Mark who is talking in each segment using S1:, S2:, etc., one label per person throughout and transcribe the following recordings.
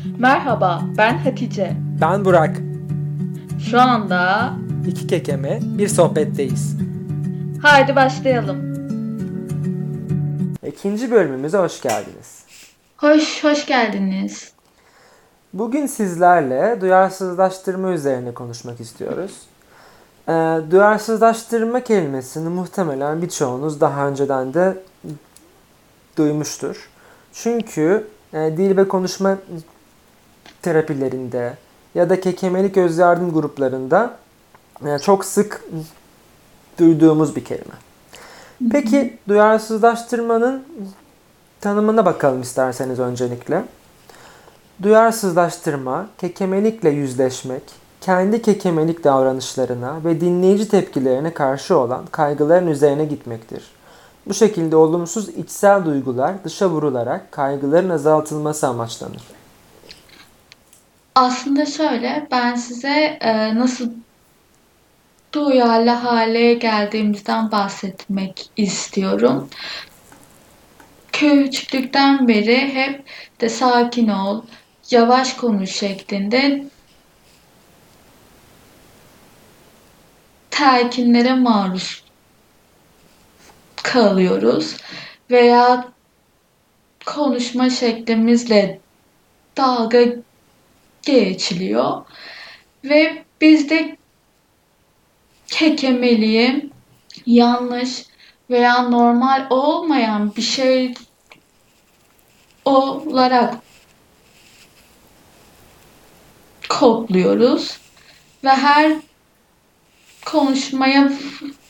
S1: Merhaba, ben Hatice.
S2: Ben Burak.
S1: Şu anda
S2: İki kekeme bir sohbetteyiz.
S1: haydi başlayalım.
S2: İkinci bölümümüze hoş geldiniz.
S1: Hoş geldiniz.
S2: Bugün sizlerle duyarsızlaştırma üzerine konuşmak istiyoruz. Duyarsızlaştırma kelimesini muhtemelen birçoğunuz daha önceden de duymuştur. Çünkü dil ve konuşma terapilerinde ya da kekemelik göz yardım gruplarında çok sık duyduğumuz bir kelime. Peki duyarsızlaştırmanın tanımına bakalım isterseniz öncelikle. Duyarsızlaştırma, kekemelikle yüzleşmek, kendi kekemelik davranışlarına ve dinleyici tepkilerine karşı olan kaygıların üzerine gitmektir. Bu şekilde olumsuz içsel duygular dışa vurularak kaygıların azaltılması amaçlanır.
S1: Aslında şöyle, ben size nasıl duyarlı hale geldiğimizden bahsetmek istiyorum. Küçüklükten beri hep de sakin ol, yavaş konuş şeklinde telkinlere maruz kalıyoruz veya konuşma şeklimizle dalga geçiliyor ve bizde kekemeliği yanlış veya normal olmayan bir şey olarak kodluyoruz ve her konuşmaya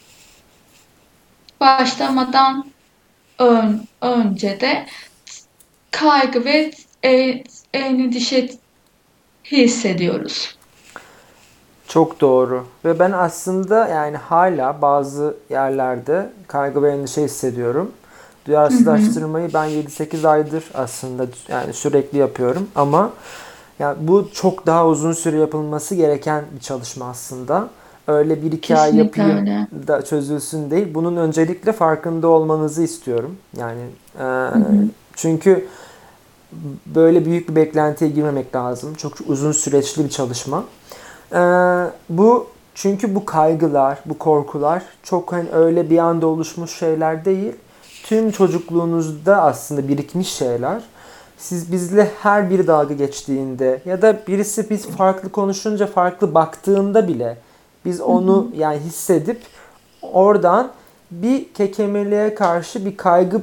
S1: başlamadan önce de kaygı ve endişe hissediyoruz.
S2: Çok doğru. Ve ben aslında yani hala bazı yerlerde kaygı ve endişe hissediyorum.
S1: Hı hı,
S2: Duyarsızlaştırmayı ben 7-8 aydır aslında yani sürekli yapıyorum ama yani bu çok daha uzun süre yapılması gereken bir çalışma aslında. Öyle bir iki ay
S1: kesinlikle
S2: yapayım
S1: öyle.
S2: da çözülsün değil. Bunun öncelikle farkında olmanızı istiyorum. Yani e,
S1: Hı hı,
S2: çünkü böyle büyük bir beklentiye girmemek lazım. Çok uzun süreçli bir çalışma. Ee, bu çünkü bu kaygılar, bu korkular çok hani öyle bir anda oluşmuş şeyler değil. Tüm çocukluğunuzda aslında birikmiş şeyler. Siz bizle her biri dalga geçtiğinde ya da birisi biz farklı konuşunca farklı baktığında bile biz
S1: hı hı.
S2: onu yani hissedip oradan bir kekemeliğe karşı bir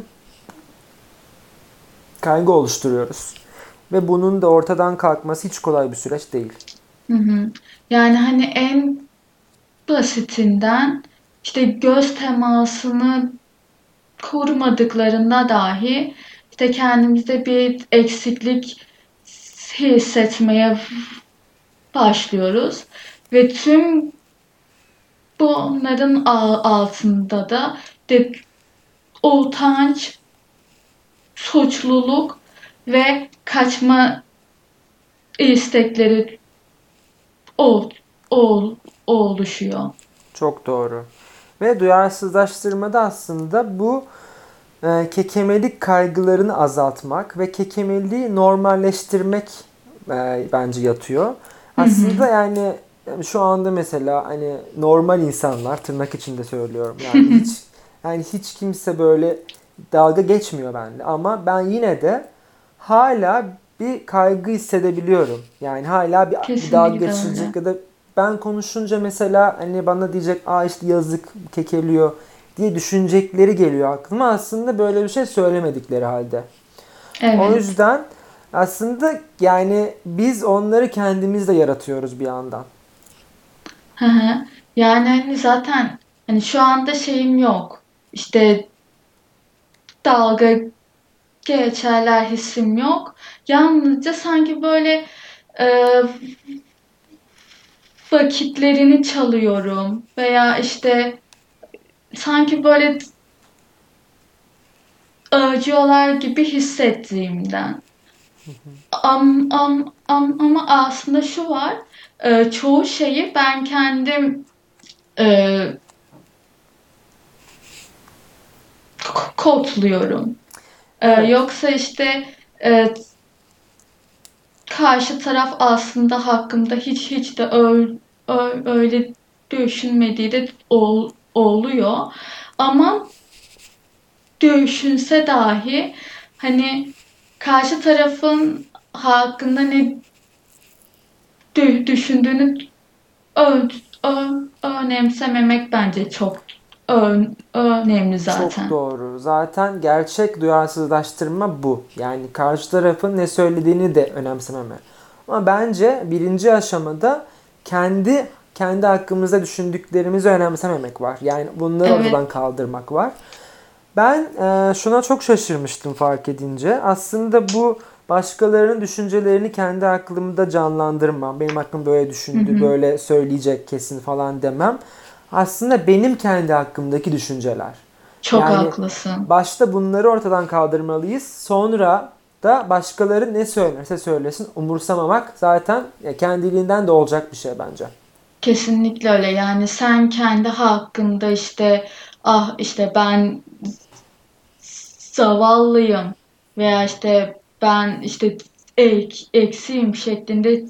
S2: kaygı oluşturuyoruz. Ve bunun da ortadan kalkması hiç kolay bir süreç değil.
S1: Hı hı. Yani hani en basitinden işte göz temasını korumadıklarında dahi işte kendimizde bir eksiklik hissetmeye başlıyoruz ve tüm bunların altında da de utanç, suçluluk ve kaçma istekleri ol, ol, oluşuyor.
S2: Çok doğru. Ve duyarsızlaştırmada aslında bu kekemelik kaygılarını azaltmak ve kekemeliği normalleştirmek bence yatıyor.
S1: Hı hı.
S2: Aslında yani şu anda mesela hani normal insanlar tırnak içinde söylüyorum. Yani hiç kimse böyle dalga geçmiyor bende ama ben yine de hala bir kaygı hissedebiliyorum. Yani hala bir dalga
S1: Kesinlikle
S2: geçilecek
S1: öyle.
S2: ya da ben konuşunca mesela hani bana diyecek işte yazık kekeliyor diye düşünecekleri geliyor aklıma aslında böyle bir şey söylemedikleri halde. O
S1: Evet.
S2: yüzden aslında yani biz onları kendimiz de yaratıyoruz bir yandan.
S1: Hı hı. Yani hani zaten hani şu anda şeyim yok. İşte dalga geçerler hissim yok. Yalnızca sanki böyle e, vakitlerini çalıyorum veya işte sanki böyle acıyorlar gibi hissettiğimden. Ama aslında şu var, çoğu şeyi ben kendim e, kodluyorum.
S2: Evet.
S1: Yoksa işte e, karşı taraf aslında hakkında hiç de öyle düşünmediği de oluyor. Ama düşünse dahi hani karşı tarafın hakkında ne düşündüğünü ö- önemsememek bence çok önemli
S2: Çok
S1: zaten.
S2: doğru. Zaten gerçek duyarsızlaştırma bu. Yani karşı tarafın ne söylediğini de önemsememe. Ama bence birinci aşamada kendi hakkımızda düşündüklerimizi önemsememek var. Yani bunları ortadan
S1: Evet,
S2: kaldırmak var. Ben şuna çok şaşırmıştım fark edince. Aslında bu başkalarının düşüncelerini kendi aklımda canlandırmam. Benim aklım böyle
S1: hı
S2: düşündü,
S1: hı,
S2: böyle söyleyecek kesin falan demem. Aslında benim kendi hakkımdaki düşünceler.
S1: çok
S2: Yani
S1: haklısın.
S2: başta bunları ortadan kaldırmalıyız. Sonra da başkaları ne söylerse söylesin umursamamak zaten kendiliğinden de olacak bir şey bence.
S1: Kesinlikle öyle. Yani sen kendi hakkında işte ah işte ben zavallıyım veya işte ben işte eksiğim şeklinde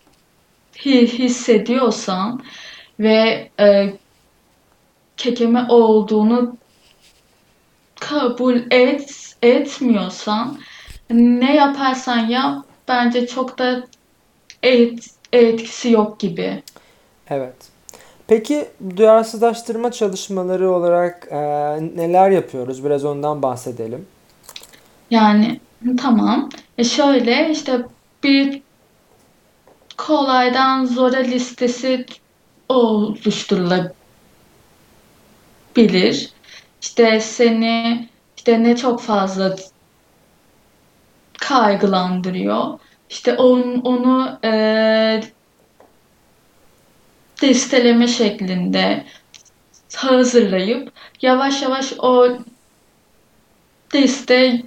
S1: hissediyorsan ve kekeme olduğunu kabul etmiyorsan ne yaparsan yap bence çok da etkisi yok gibi.
S2: Evet. Peki duyarsızlaştırma çalışmaları olarak neler yapıyoruz? Biraz ondan bahsedelim.
S1: Yani tamam. Şöyle işte bir kolaydan zora listesi oluşturulabilir. İşte seni işte ne çok fazla kaygılandırıyor. İşte onu listeleme şeklinde hazırlayıp yavaş yavaş o liste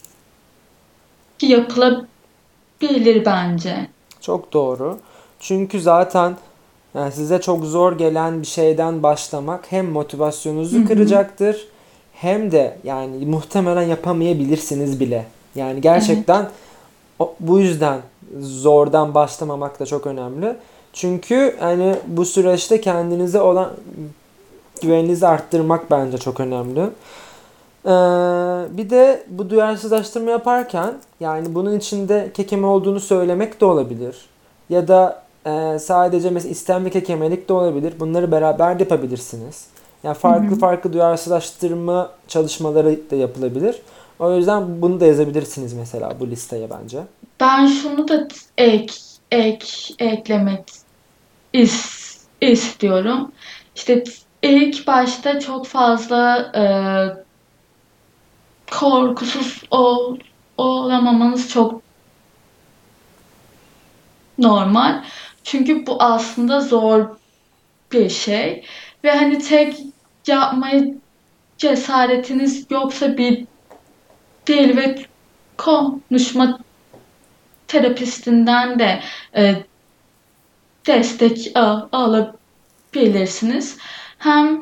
S1: yapılabilir bence.
S2: Çok doğru. Çünkü zaten size çok zor gelen bir şeyden başlamak hem
S1: Hı
S2: motivasyonunuzu
S1: hı.
S2: kıracaktır hem de yani muhtemelen yapamayabilirsiniz bile. Yani
S1: Evet.
S2: gerçekten bu yüzden zordan başlamamak da çok önemli. Çünkü hani bu süreçte kendinize olan güveninizi arttırmak bence çok önemli. Ee, Bir de bu duyarsızlaştırma yaparken yani bunun içinde kekeme olduğunu söylemek de olabilir. Ya da sadece mesela istemli kekemelik de olabilir. Bunları beraber de yapabilirsiniz. Yani
S1: Hı
S2: farklı
S1: hı.
S2: farklı duyarsızlaştırma çalışmaları da yapılabilir. O yüzden bunu da yazabilirsiniz mesela bu listeye bence.
S1: Ben şunu da ek, ek, eklemek istiyorum. İşte ilk başta çok fazla korkusuz olamamanız çok normal. Çünkü bu aslında zor bir şey. Ve hani tek yapmaya cesaretiniz yoksa bir dil ve konuşma terapistinden de e, destek alabilirsiniz. Hem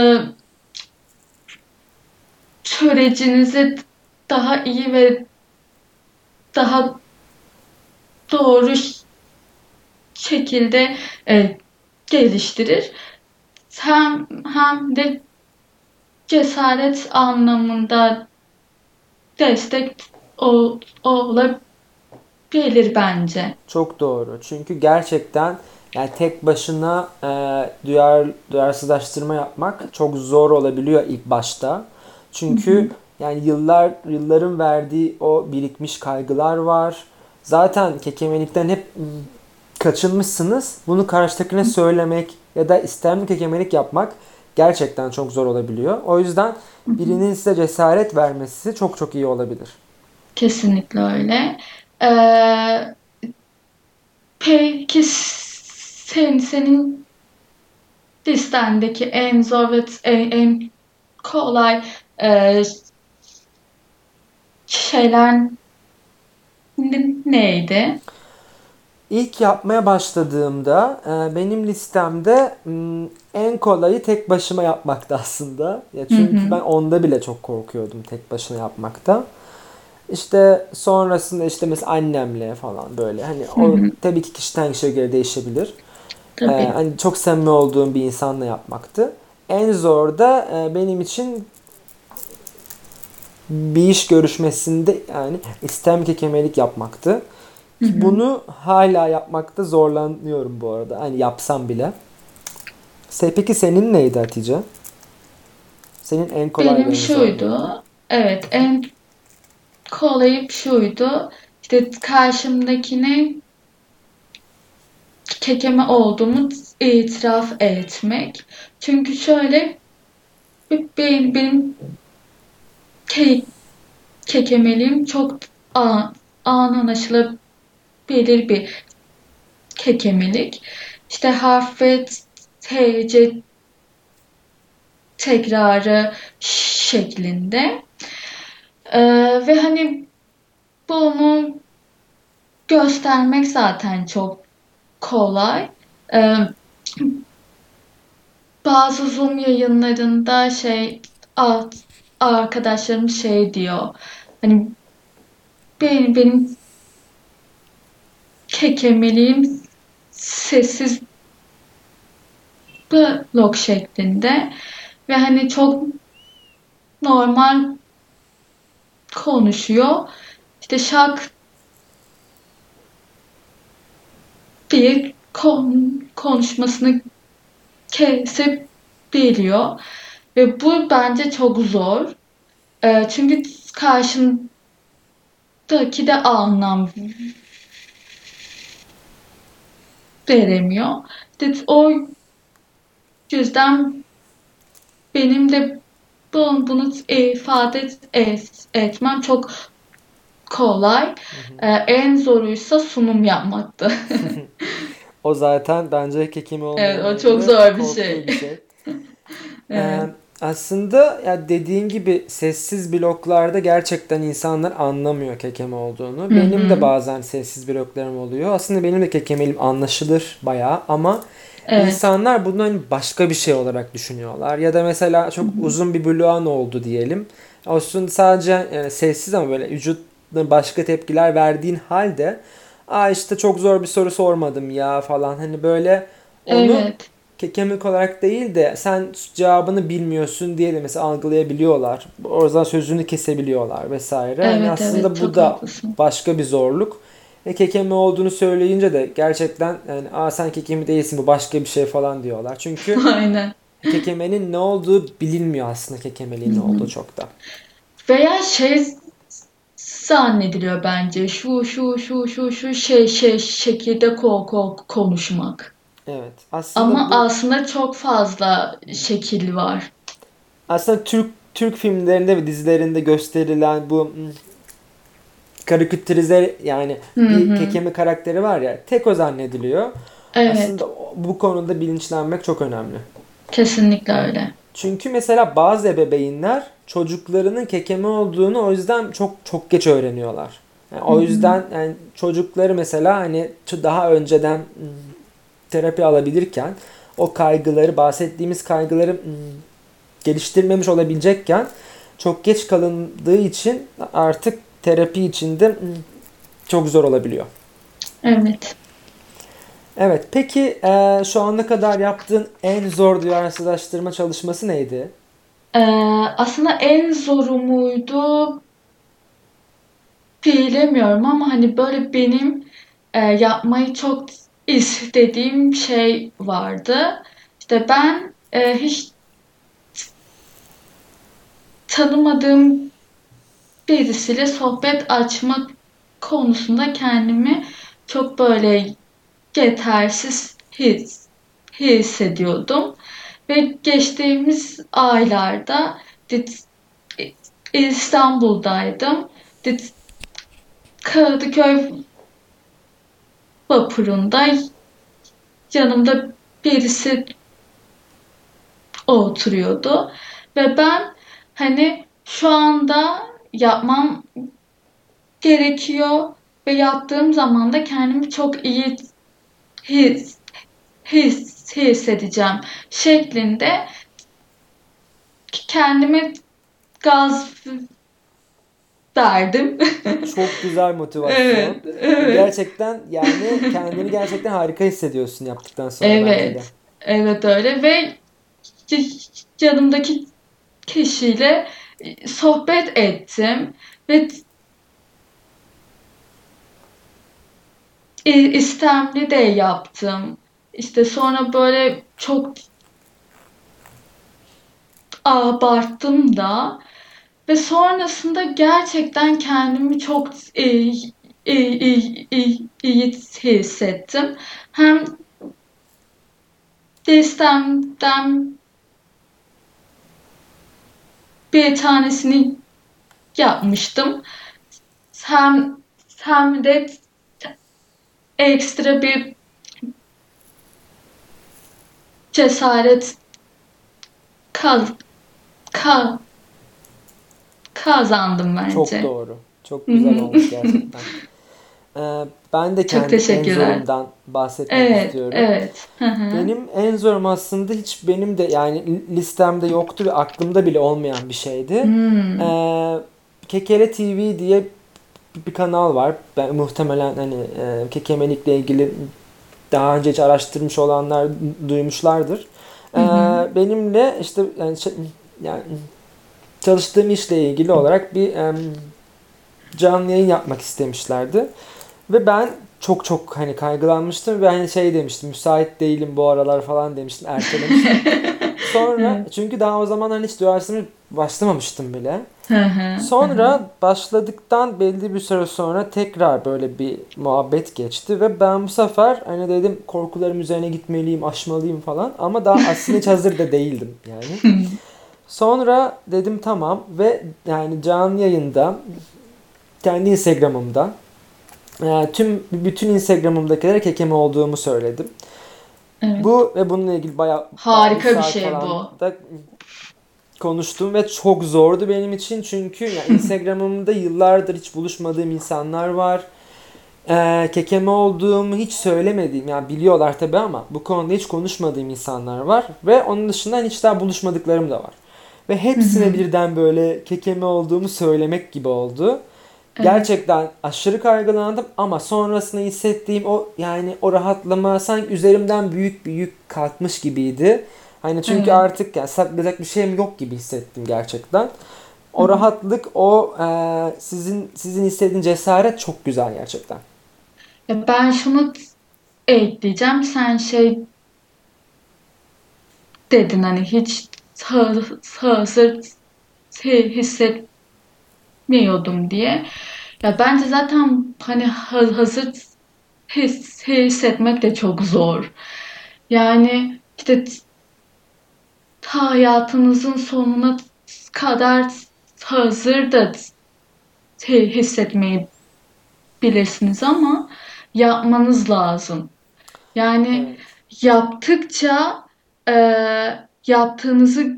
S1: sürecinizi daha iyi ve daha doğru şekilde e, geliştirir. Hem de cesaret anlamında destek olabilir bence.
S2: Çok doğru. Çünkü gerçekten yani tek başına duyarsızlaştırma yapmak çok zor olabiliyor ilk başta.
S1: Hı hı,
S2: Çünkü yani yılların verdiği o birikmiş kaygılar var. Zaten kekemelikten hep kaçınmışsınız. Bunu karşıdakine söylemek ya da istemli kekemelik yapmak gerçekten çok zor olabiliyor. O yüzden
S1: hı hı.
S2: birinin size cesaret vermesi çok çok iyi olabilir.
S1: Kesinlikle öyle. Ee, peki senin listendeki en zor ve en kolay e, şeyler neydi?
S2: İlk yapmaya başladığımda benim listemde en kolayı tek başıma yapmaktı aslında. Ya
S1: Hı
S2: çünkü
S1: hı.
S2: ben onda bile çok korkuyordum tek başına yapmakta. İşte sonrasında işte mesela annemle falan böyle hani
S1: Hı
S2: o
S1: hı.
S2: tabii ki kişiden kişiye göre değişebilir.
S1: Tabii.
S2: Hani çok samimi olduğum bir insanla yapmaktı. En zor da benim için bir iş görüşmesinde yani istem kekemelik yapmaktı.
S1: Hı
S2: Ki
S1: hı.
S2: bunu hala yapmakta zorlanıyorum bu arada. Hani yapsam bile. Peki senin neydi Hatice? Senin en kolay ve
S1: Benim
S2: en zor neydi?
S1: şuydu. Evet, en kolayı şuydu. İşte karşımdakine kekeme olduğumu itiraf etmek. Çünkü şöyle benim ke kekemeliğim çok an, anlaşılabilir bir kekemelik. İşte harf ve TC tekrarı şeklinde. Ve hani bunu göstermek zaten çok kolay. Ee, Bazı Zoom yayınlarında arkadaşlarım şey diyor. Hani benim kekemeliğim sessiz blog şeklinde ve hani çok normal konuşuyor. İşte şak diye konuşmasını kesip biliyor. Ve bu bence çok zor. Çünkü karşındaki de anlam veremiyor. İşte o yüzden benim de bunu ifade etmem çok kolay. En zoruysa sunum yapmaktı.
S2: O zaten bence kekimi
S1: Evet, o
S2: olmayanların
S1: çok
S2: da
S1: zor bir
S2: korktuğu
S1: şey.
S2: bir şey. Ee,
S1: Evet.
S2: Aslında ya dediğin gibi sessiz bloklarda gerçekten insanlar anlamıyor kekeme olduğunu.
S1: Hı
S2: Benim de
S1: hı.
S2: bazen sessiz bloklarım oluyor. Aslında benim de kekemelim anlaşılır bayağı ama
S1: Evet.
S2: insanlar bunu hani başka bir şey olarak düşünüyorlar. Ya da mesela
S1: Hı
S2: çok
S1: hı.
S2: uzun bir bloğun oldu diyelim. Olsun sadece sessiz ama böyle vücuduna başka tepkiler verdiğin halde işte çok zor bir soru sormadım ya falan hani böyle onu
S1: Evet.
S2: kekemik olarak değil de sen cevabını bilmiyorsun diye de mesela algılayabiliyorlar. O zaman sözünü kesebiliyorlar vesaire. Hani
S1: Evet, evet,
S2: aslında bu
S1: çok
S2: da
S1: haklısın.
S2: başka bir zorluk. Kekeme olduğunu söyleyince de gerçekten yani sen kekemi değilsin bu başka bir şey falan diyorlar. Çünkü
S1: Aynen.
S2: kekemenin ne olduğu bilinmiyor aslında
S1: Hı
S2: kekemeliğin ne
S1: hı.
S2: olduğu çok da.
S1: Veya zannediliyor bence şu şekilde konuşmak.
S2: Evet. Aslında
S1: Ama
S2: bu
S1: aslında çok fazla şekil var.
S2: aslında Türk filmlerinde ve dizilerinde gösterilen bu karikatürize yani
S1: Hı
S2: bir
S1: hı.
S2: kekeme karakteri var ya tek o zannediliyor.
S1: Evet,
S2: Aslında bu konuda bilinçlenmek çok önemli.
S1: kesinlikle öyle.
S2: Çünkü mesela bazı ebeveynler çocuklarının kekeme olduğunu o yüzden çok çok geç öğreniyorlar. Yani
S1: Hı
S2: o
S1: hı.
S2: yüzden yani çocukları mesela hani daha önceden terapi alabilirken o kaygıları bahsettiğimiz kaygıları geliştirmemiş olabilecekken çok geç kalındığı için artık terapi içinde çok zor olabiliyor.
S1: Evet.
S2: Evet, peki şu ana kadar yaptığın en zor duyarsızlaştırma çalışması neydi?
S1: Ee, Aslında en zoru muydu bilemiyorum ama hani böyle benim yapmayı çok istediğim şey vardı. İşte ben hiç tanımadığım birisiyle sohbet açma konusunda kendimi çok böyle yetersiz hissediyordum. Ve geçtiğimiz aylarda dit- İstanbul'daydım. Kadıköy vapurunda yanımda birisi oturuyordu. Ve ben hani şu anda yapmam gerekiyor ve yaptığım zaman da kendimi çok iyi his, hissedeceğim şeklinde kendime gaz derdim.
S2: Çok güzel motivasyon.
S1: Evet,
S2: Ve
S1: evet.
S2: gerçekten yani kendini gerçekten harika hissediyorsun yaptıktan sonra bence de.
S1: Evet. Evet öyle ve yanımdaki kişiyle sohbet ettim ve istemli de yaptım. İşte sonra böyle çok abarttım da ve sonrasında gerçekten kendimi çok iyi hissettim. Hem listemden bir tanesini yapmıştım. Hem hem de ekstra bir cesaret kaz, ka- kazandım
S2: Çok
S1: bence.
S2: doğru. Çok
S1: Hı
S2: güzel
S1: hı.
S2: olmuş gerçekten. Ben de
S1: Çok
S2: kendi en
S1: teşekkürler.
S2: zorumdan bahsetmek
S1: Evet,
S2: istiyorum.
S1: evet. Hı hı.
S2: Benim en zorum aslında hiç benim de yani listemde yoktu ve aklımda bile olmayan bir şeydi.
S1: Hmm.
S2: Ee, Kekere TV diye bir kanal var. Ben muhtemelen hani kekemelikle ilgili daha önce hiç araştırmış olanlar duymuşlardır.
S1: Hı hı.
S2: Benimle işte yani çalıştığım işle ilgili olarak bir canlı yayın yapmak istemişlerdi. Ve ben çok hani kaygılanmıştım ve hani şey demiştim, müsait değilim bu aralar falan demiştim, ertelemiştim. Sonra
S1: Evet.
S2: çünkü daha o zaman hani hiç üniversiteme başlamamıştım bile.
S1: Hı hı. Hı hı.
S2: Sonra başladıktan belli bir süre sonra tekrar böyle bir muhabbet geçti ve ben bu sefer hani dedim korkularım üzerine gitmeliyim, aşmalıyım falan ama daha aslında hiç hazır da değildim yani. Sonra dedim tamam ve yani canlı yayında kendi Instagram'ımda bütün Instagram'ımdakilere kekeme olduğumu söyledim.
S1: Evet.
S2: Bu ve bununla ilgili bayağı bir
S1: Harika bir
S2: saat
S1: şey
S2: falan
S1: bu.
S2: da konuştum ve çok zordu benim için çünkü yani Instagram'ımda yıllardır hiç buluşmadığım insanlar var. Kekeme olduğumu hiç söylemediğim yani biliyorlar tabii ama bu konuda hiç konuşmadığım insanlar var ve onun dışında hiç daha buluşmadıklarım da var. Ve
S1: Hı
S2: hepsine
S1: hı.
S2: birden böyle kekeme olduğumu söylemek gibi oldu.
S1: Evet.
S2: Gerçekten aşırı kaygılandım ama sonrasında hissettiğim o yani o rahatlama sanki üzerimden büyük bir yük kalkmış gibiydi. Hani çünkü
S1: Evet.
S2: artık yani saklayacak bir şeyim yok gibi hissettim gerçekten.
S1: Hı
S2: O
S1: hı.
S2: rahatlık, sizin istediğin cesaret çok güzel gerçekten.
S1: Ya ben şunu ekleyeceğim. Sen şey dedin hani hiç hazır hissetmiyordum diye. Ya bence zaten hani hazır hissetmek de çok zor. Yani işte hayatınızın sonuna kadar hazır da hissetmeyi bilirsiniz ama yapmanız lazım. Yani
S2: Evet.
S1: yaptıkça e, yaptığınızı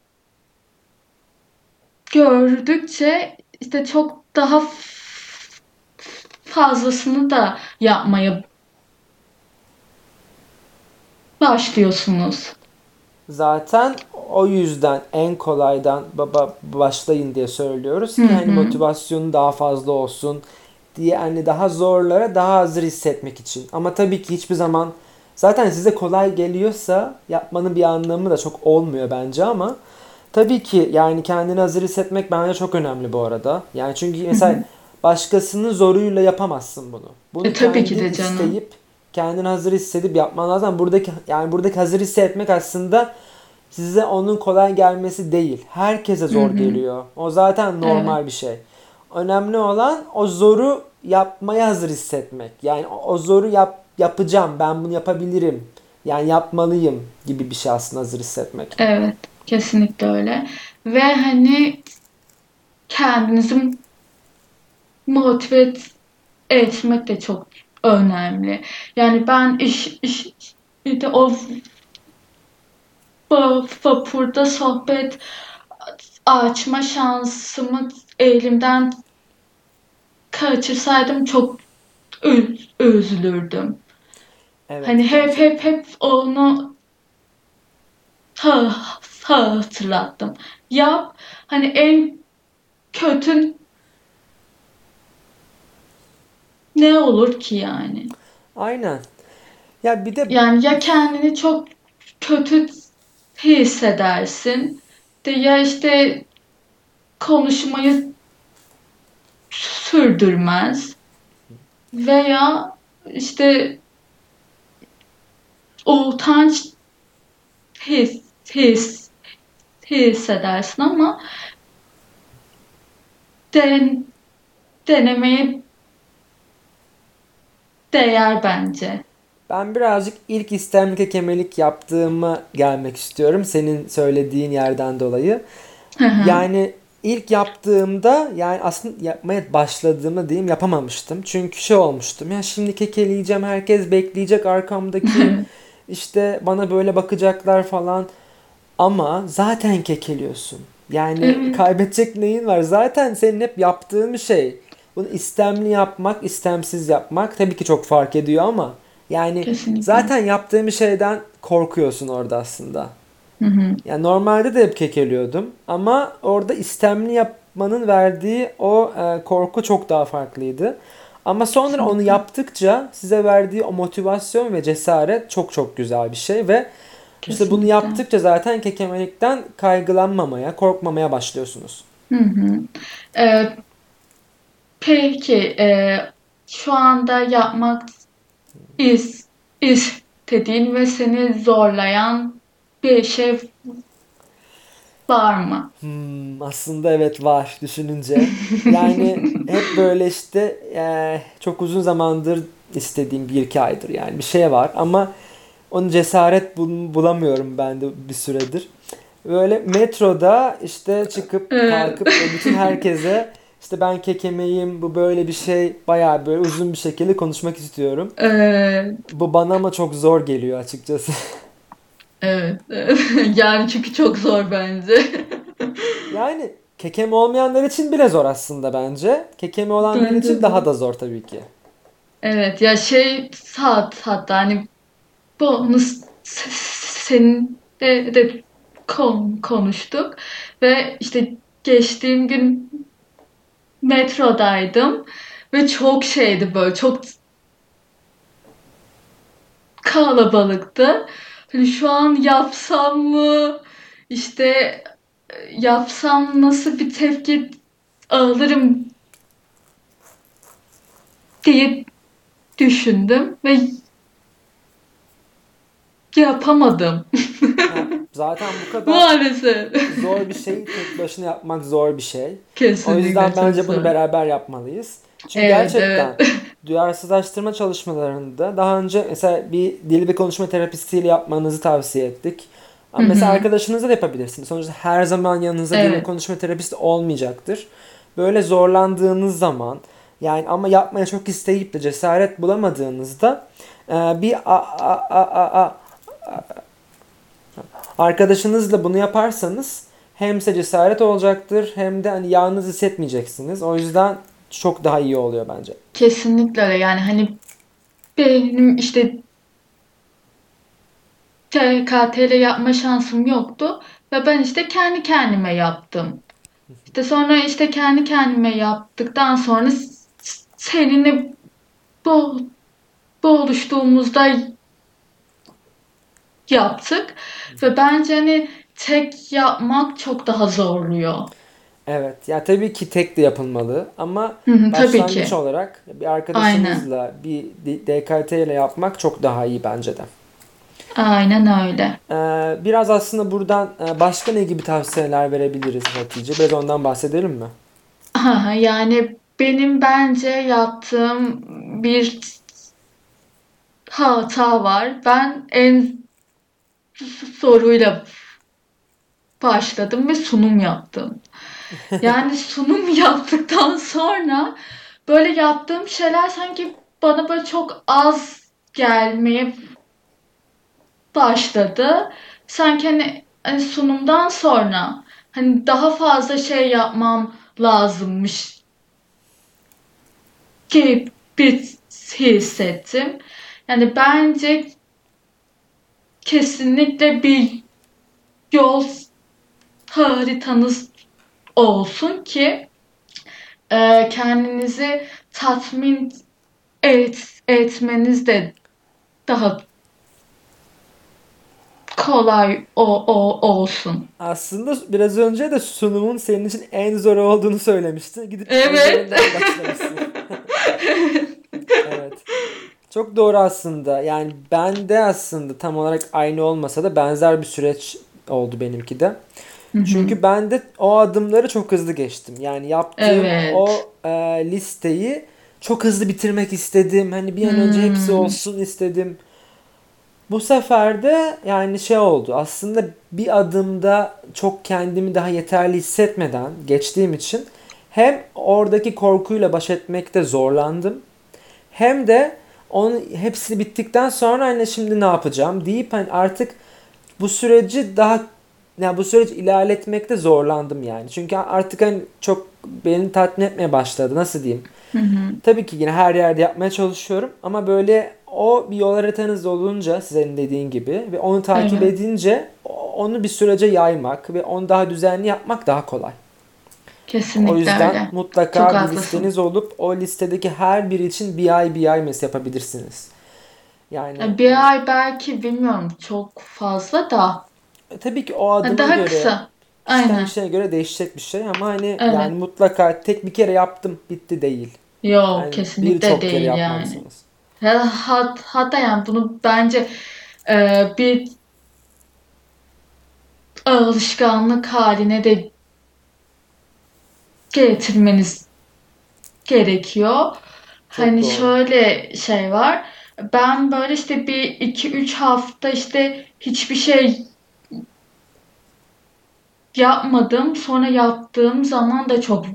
S1: gördükçe işte çok daha fazlasını da yapmaya başlıyorsunuz.
S2: Zaten o yüzden en kolaydan başlayın diye söylüyoruz
S1: Hı
S2: ki hani
S1: hı.
S2: motivasyonu daha fazla olsun diye hani daha zorlara daha hazır hissetmek için. Ama tabii ki hiçbir zaman zaten size kolay geliyorsa yapmanın bir anlamı da çok olmuyor bence ama tabii ki yani kendini hazır hissetmek bence çok önemli bu arada. Yani çünkü
S1: Hı
S2: mesela
S1: hı.
S2: başkasının zoruyla yapamazsın bunu. Bunu
S1: Tabii ki
S2: kendin
S1: de canım.
S2: isteyip kendini hazır hissedip yapman lazım. Buradaki hazır hissetmek aslında size onun kolay gelmesi değil. Herkese
S1: Hı
S2: zor
S1: hı.
S2: geliyor. O zaten
S1: Evet.
S2: normal bir şey. Önemli olan o zoru yapmaya hazır hissetmek. Yani o zoru yapacağım. Ben bunu yapabilirim. Yani yapmalıyım gibi bir şey aslında hazır hissetmek.
S1: Evet. Kesinlikle öyle. Ve hani kendinizi motive etmek de çok önemli. Yani ben işte o vapurda sohbet açma şansımı elimden kaçırsaydım çok üzülürdüm. Hani
S2: Evet
S1: hep
S2: gerçekten.
S1: hep onu hatırlattım. Yap hani en kötü ne olur ki yani?
S2: Aynen. Ya bir de
S1: Yani ya kendini çok kötü hissedersin de ya işte konuşmayı sürdürmez veya işte utanç his, his, hissedersin ama den, denemeye değer bence.
S2: ben birazcık ilk istemli kekemelik yaptığımı gelmek istiyorum senin söylediğin yerden dolayı.
S1: Hı hı.
S2: Yani ilk yaptığımda yani aslında yapmaya başladığımda diyeyim yapamamıştım. Çünkü şey olmuştum. Ya şimdi kekeleyeceğim, herkes bekleyecek arkamdaki işte bana böyle bakacaklar falan. Ama zaten kekeliyorsun. Yani
S1: Evet,
S2: kaybedecek neyin var? Zaten senin hep yaptığın bir şey. Bunu istemli yapmak, istemsiz yapmak tabii ki çok fark ediyor ama yani
S1: kesinlikle.
S2: zaten yaptığın bir şeyden korkuyorsun orada aslında.
S1: Hı hı.
S2: Yani normalde de hep kekeliyordum ama orada istemli yapmanın verdiği o korku çok daha farklıydı. Ama sonra onu
S1: Kesinlikle.
S2: yaptıkça size verdiği o motivasyon ve cesaret çok çok güzel bir şey ve işte bunu
S1: Kesinlikle.
S2: yaptıkça zaten kekemelikten kaygılanmamaya, korkmamaya başlıyorsunuz.
S1: Hı hı. Ee, peki şu anda yapmak is, istediğin ve seni zorlayan bir şey var mı?
S2: Aslında evet var düşününce. Yani hep böyle işte çok uzun zamandır istediğim bir iki aydır yani bir şey var ama onu cesaret bulamıyorum ben de bir süredir. Böyle metroda işte çıkıp
S1: Ee,
S2: kalkıp ve bütün herkese işte ben kekemeyim bu böyle bir şey bayağı böyle uzun bir şekilde konuşmak istiyorum.
S1: e,
S2: Bu bana ama çok zor geliyor açıkçası.
S1: evet. Yani çünkü çok zor bence.
S2: Yani kekeme olmayanlar için bile zor aslında bence. Kekeme olanlar için
S1: Bence
S2: daha
S1: de.
S2: da zor tabii ki.
S1: Evet ya şey hatta hani bonus seninle de konuştuk ve işte geçtiğim gün metrodaydım ve çok şeydi böyle çok kalabalıktı. Hani şu an yapsam mı işte yapsam nasıl bir tepki alırım diye düşündüm ve yapamadım.
S2: Ya zaten bu kadar
S1: Maalesef.
S2: zor bir şeyi tek başına yapmak zor bir şey. O
S1: Kesinlikle
S2: yüzden
S1: çok
S2: bence bunu
S1: zor.
S2: beraber yapmalıyız. Çünkü
S1: Evet,
S2: gerçekten
S1: evet.
S2: duyarsızlaştırma çalışmalarında daha önce mesela bir dil ve konuşma terapistiyle yapmanızı tavsiye ettik.
S1: Hı
S2: Ama mesela
S1: hı.
S2: arkadaşınızla da yapabilirsiniz. Sonuçta her zaman yanınızda dil ve
S1: Evet.
S2: konuşma terapisti olmayacaktır. Böyle zorlandığınız zaman yani ama yapmaya çok isteyip de cesaret bulamadığınızda bir arkadaşınızla bunu yaparsanız hem size cesaret olacaktır hem de hani yalnız hissetmeyeceksiniz. O yüzden çok daha iyi oluyor bence.
S1: Kesinlikle öyle. Yani hani benim işte TKT ile yapma şansım yoktu ve ben işte kendi kendime yaptım. İşte sonra işte kendi kendime yaptıktan sonra seninle bu, buluştuğumuzda yaptık ve bence hani tek yapmak çok daha zorluyor.
S2: Evet, ya tabii ki tek de yapılmalı ama
S1: Hı hı, tabii
S2: başlangıç
S1: ki.
S2: olarak bir
S1: Aynen.
S2: arkadaşınızla bir DKT ile yapmak çok daha iyi bence de.
S1: Aynen öyle.
S2: Biraz aslında buradan başka ne gibi tavsiyeler verebiliriz Hatice? Biraz ondan bahsedelim mi?
S1: Aha, yani benim bence yaptığım bir hata var. Ben en soruyla başladım ve sunum yaptım. Yani sunum yaptıktan sonra böyle yaptığım şeyler sanki bana böyle çok az gelmeye başladı. Sanki hani sunumdan sonra hani daha fazla şey yapmam lazımmış gibi hissettim. Yani bence kesinlikle bir yol haritanız olsun ki kendinizi tatmin etmeniz de daha kolay olsun.
S2: Aslında biraz önce de sunumun senin için en zor olduğunu söylemiştin. Gidip en
S1: Evet.
S2: zorundan başlamışsın. Evet. Çok doğru aslında. Yani ben de aslında tam olarak aynı olmasa da benzer bir süreç oldu benimki de.
S1: Hı hı.
S2: Çünkü ben de o adımları çok hızlı geçtim. Yani yaptığım
S1: Evet.
S2: o listeyi çok hızlı bitirmek istedim. Hani bir an önce hepsi
S1: Hmm.
S2: olsun istedim. Bu sefer de yani şey oldu. Aslında bir adımda çok kendimi daha yeterli hissetmeden geçtiğim için hem oradaki korkuyla baş etmekte zorlandım. Hem de onun hepsi bittikten sonra hani şimdi ne yapacağım deyip hani artık bu süreci daha bu süreci ilerletmekte zorlandım yani. Çünkü artık hani çok beni tatmin etmeye başladı. Nasıl diyeyim?
S1: Hı hı.
S2: Tabii ki yine her yerde yapmaya çalışıyorum ama böyle o bir yol haritanız olunca senin dediğin gibi ve onu takip
S1: Evet.
S2: edince onu bir sürece yaymak ve onu daha düzenli yapmak daha kolay. O
S1: Kesinlikle
S2: yüzden
S1: öyle. Çok
S2: mutlaka bir
S1: haklısın.
S2: listeniz olup o listedeki her biri için bir ay mesela yapabilirsiniz. Yani
S1: Ya bir ay belki bilmiyorum çok fazla da.
S2: tabii ki o
S1: Ha,
S2: adıma
S1: daha
S2: göre
S1: kısa.
S2: kişiden
S1: Aynen.
S2: kişiye göre değişecek bir şey ama hani yani
S1: Evet.
S2: mutlaka tek bir kere yaptım bitti değil.
S1: Yok
S2: Yani
S1: kesinlikle
S2: birçok kere
S1: değil yani.
S2: yapmalısınız.
S1: Hatta yani bunu bence bir alışkanlık haline de getirmeniz gerekiyor.
S2: Çok
S1: Hani
S2: doğru.
S1: şöyle şey var. Ben böyle işte bir iki üç hafta işte hiçbir şey yapmadım. Sonra yaptığım zaman da çok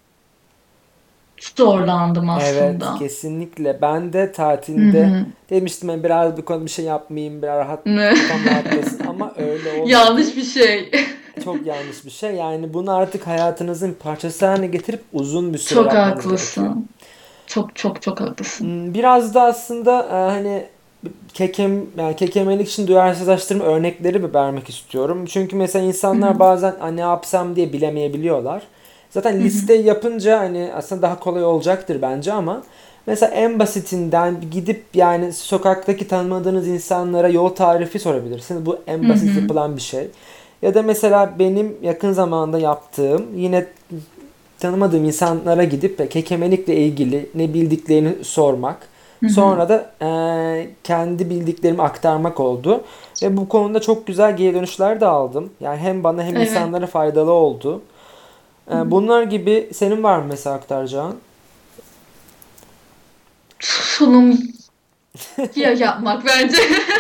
S1: zorlandım
S2: Evet,
S1: aslında.
S2: kesinlikle. Ben de
S1: Hı
S2: tatilde
S1: hı.
S2: demiştim ben biraz bir konu bir şey yapmayayım, biraz
S1: Ne?
S2: kafam rahatlasın ama öyle
S1: Yanlış
S2: olmadı.
S1: bir şey.
S2: Çok yanlış bir şey. Yani bunu artık hayatınızın parçası haline getirip uzun bir süre
S1: Çok
S2: yapmanız gerekiyor.
S1: haklısın. Çok çok çok haklısın.
S2: Biraz da aslında hani yani kekemelik için duyarsızlaştırma örnekleri bir vermek istiyorum. Çünkü mesela
S1: Hı hı.
S2: insanlar bazen ne yapsam diye bilemeyebiliyorlar. Zaten
S1: Hı hı.
S2: liste yapınca hani aslında daha kolay olacaktır bence ama mesela en basitinden gidip yani sokaktaki tanımadığınız insanlara yol tarifi sorabilirsiniz. Bu en
S1: Hı
S2: basit
S1: hı.
S2: yapılan bir şey. Ya da mesela benim yakın zamanda yaptığım yine tanımadığım insanlara gidip kekemelikle ilgili ne bildiklerini sormak.
S1: Hı hı.
S2: Sonra da kendi bildiklerimi aktarmak oldu. Ve bu konuda çok güzel geri dönüşler de aldım. Yani hem bana hem
S1: Evet.
S2: insanlara faydalı oldu.
S1: Hı hı.
S2: Bunlar gibi senin var mı mesela aktaracağın?
S1: Sunum ya yapmak bence.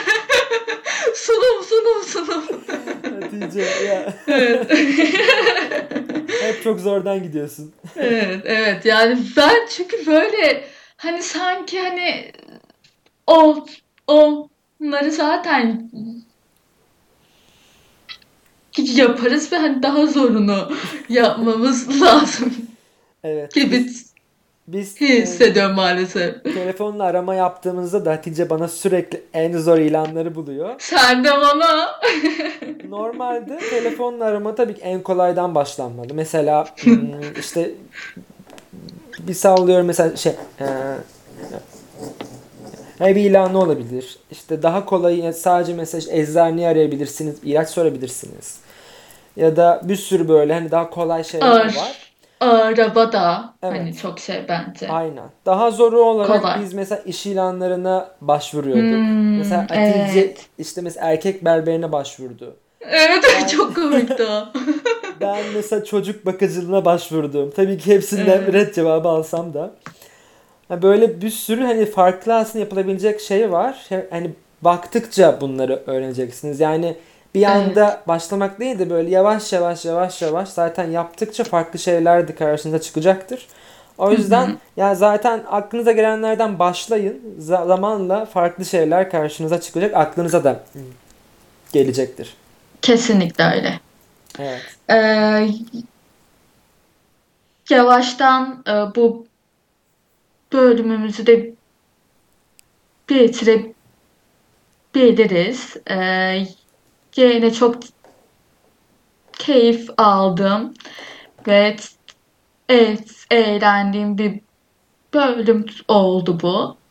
S1: Sunum.
S2: Hatice ya
S1: Evet.
S2: hep çok zordan gidiyorsun.
S1: Evet, evet. Yani ben çünkü böyle hani sanki hani o onları zaten yaparız ve hani daha zorunu yapmamız lazım
S2: Evet
S1: gibi
S2: biz
S1: hissediyorum maalesef.
S2: telefonla arama yaptığımızda da Hatice bana sürekli en zor ilanları buluyor.
S1: Sen de bana.
S2: Normalde telefonla arama tabii ki en kolaydan başlanmalı. Mesela işte bir sallıyorum mesela ev ilanı olabilir. İşte daha kolay sadece mesela işte eczaneyi arayabilirsiniz, ilaç sorabilirsiniz. Ya da bir sürü böyle hani daha kolay şeyler var.
S1: Ağır, araba da hani
S2: Evet.
S1: çok şey bence.
S2: Aynen. Daha zoru olarak
S1: Kolay.
S2: biz mesela iş ilanlarına başvuruyorduk. Mesela Hatice
S1: Evet.
S2: işte mesela erkek berberine başvurdu.
S1: Evet,
S2: Ben
S1: çok komikti o.
S2: ben mesela çocuk bakıcılığına başvurdum. Tabii ki hepsinden
S1: Evet.
S2: red cevabı alsam da. Ha, böyle bir sürü hani farklı aslında yapılabilecek şey var. Hani baktıkça bunları öğreneceksiniz. Yani bir
S1: Evet.
S2: anda başlamak değil de böyle yavaş yavaş zaten yaptıkça farklı şeyler de karşınıza çıkacaktır. O
S1: Hı
S2: yüzden
S1: hı.
S2: ya zaten aklınıza gelenlerden başlayın. Zamanla farklı şeyler karşınıza çıkacak. Aklınıza da gelecektir.
S1: Kesinlikle öyle.
S2: Evet.
S1: Ee, yavaştan bu bölümümüzü de bitirebiliriz. Yine çok keyif aldım ve evet, eğlendiğim bir bölüm oldu bu.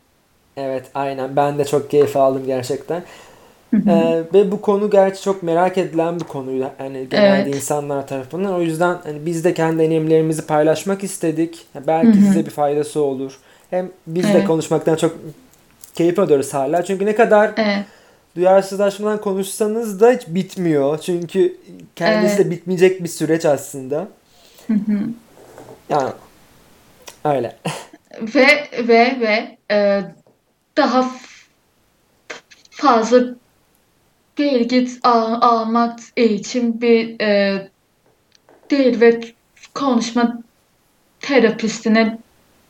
S2: Evet, aynen. Ben de çok keyif aldım gerçekten.
S1: Hı hı.
S2: Ve bu konu gerçi çok merak edilen bir konuydu. Yani genelde
S1: Evet.
S2: insanlar tarafından. O yüzden hani biz de kendi deneyimlerimizi paylaşmak istedik.
S1: Hı
S2: Belki
S1: hı.
S2: size bir faydası olur. Hem biz de
S1: Evet.
S2: konuşmaktan çok keyif alıyoruz hala. Çünkü ne kadar
S1: Evet.
S2: duyarsızlaşmadan konuşsanız da hiç bitmiyor. Çünkü kendisi de
S1: Evet.
S2: bitmeyecek bir süreç aslında.
S1: Hı hı.
S2: Yani öyle.
S1: Ve daha fazla bilgi almak için bir dil ve konuşma terapistine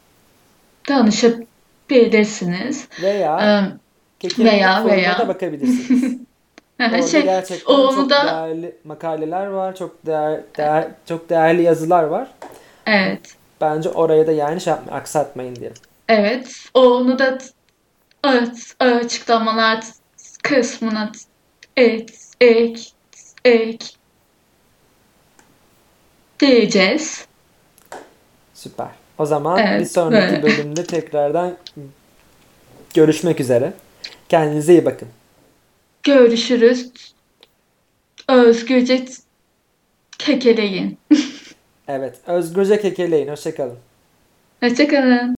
S1: danışabilirsiniz.
S2: Veya
S1: E,
S2: Kekeleyin
S1: veya
S2: forumuna da
S1: veya
S2: bakabilirsiniz. Orada
S1: şey
S2: gerçekten
S1: onu
S2: çok
S1: da
S2: değerli makaleler var, çok değerli yazılar var.
S1: evet,
S2: Bence oraya da yani şey yapmayın, aksatmayın diye.
S1: evet, onu da açıklamalar kısmına ek, ek, ekleyeceğiz.
S2: Süper. O zaman bir
S1: Evet,
S2: sonraki
S1: böyle.
S2: bölümde tekrardan görüşmek üzere. Kendinize iyi bakın.
S1: Görüşürüz. Özgürce kekeleyin.
S2: Evet, özgürce kekeleyin. Hoşça kalın.
S1: Hoşça kalın.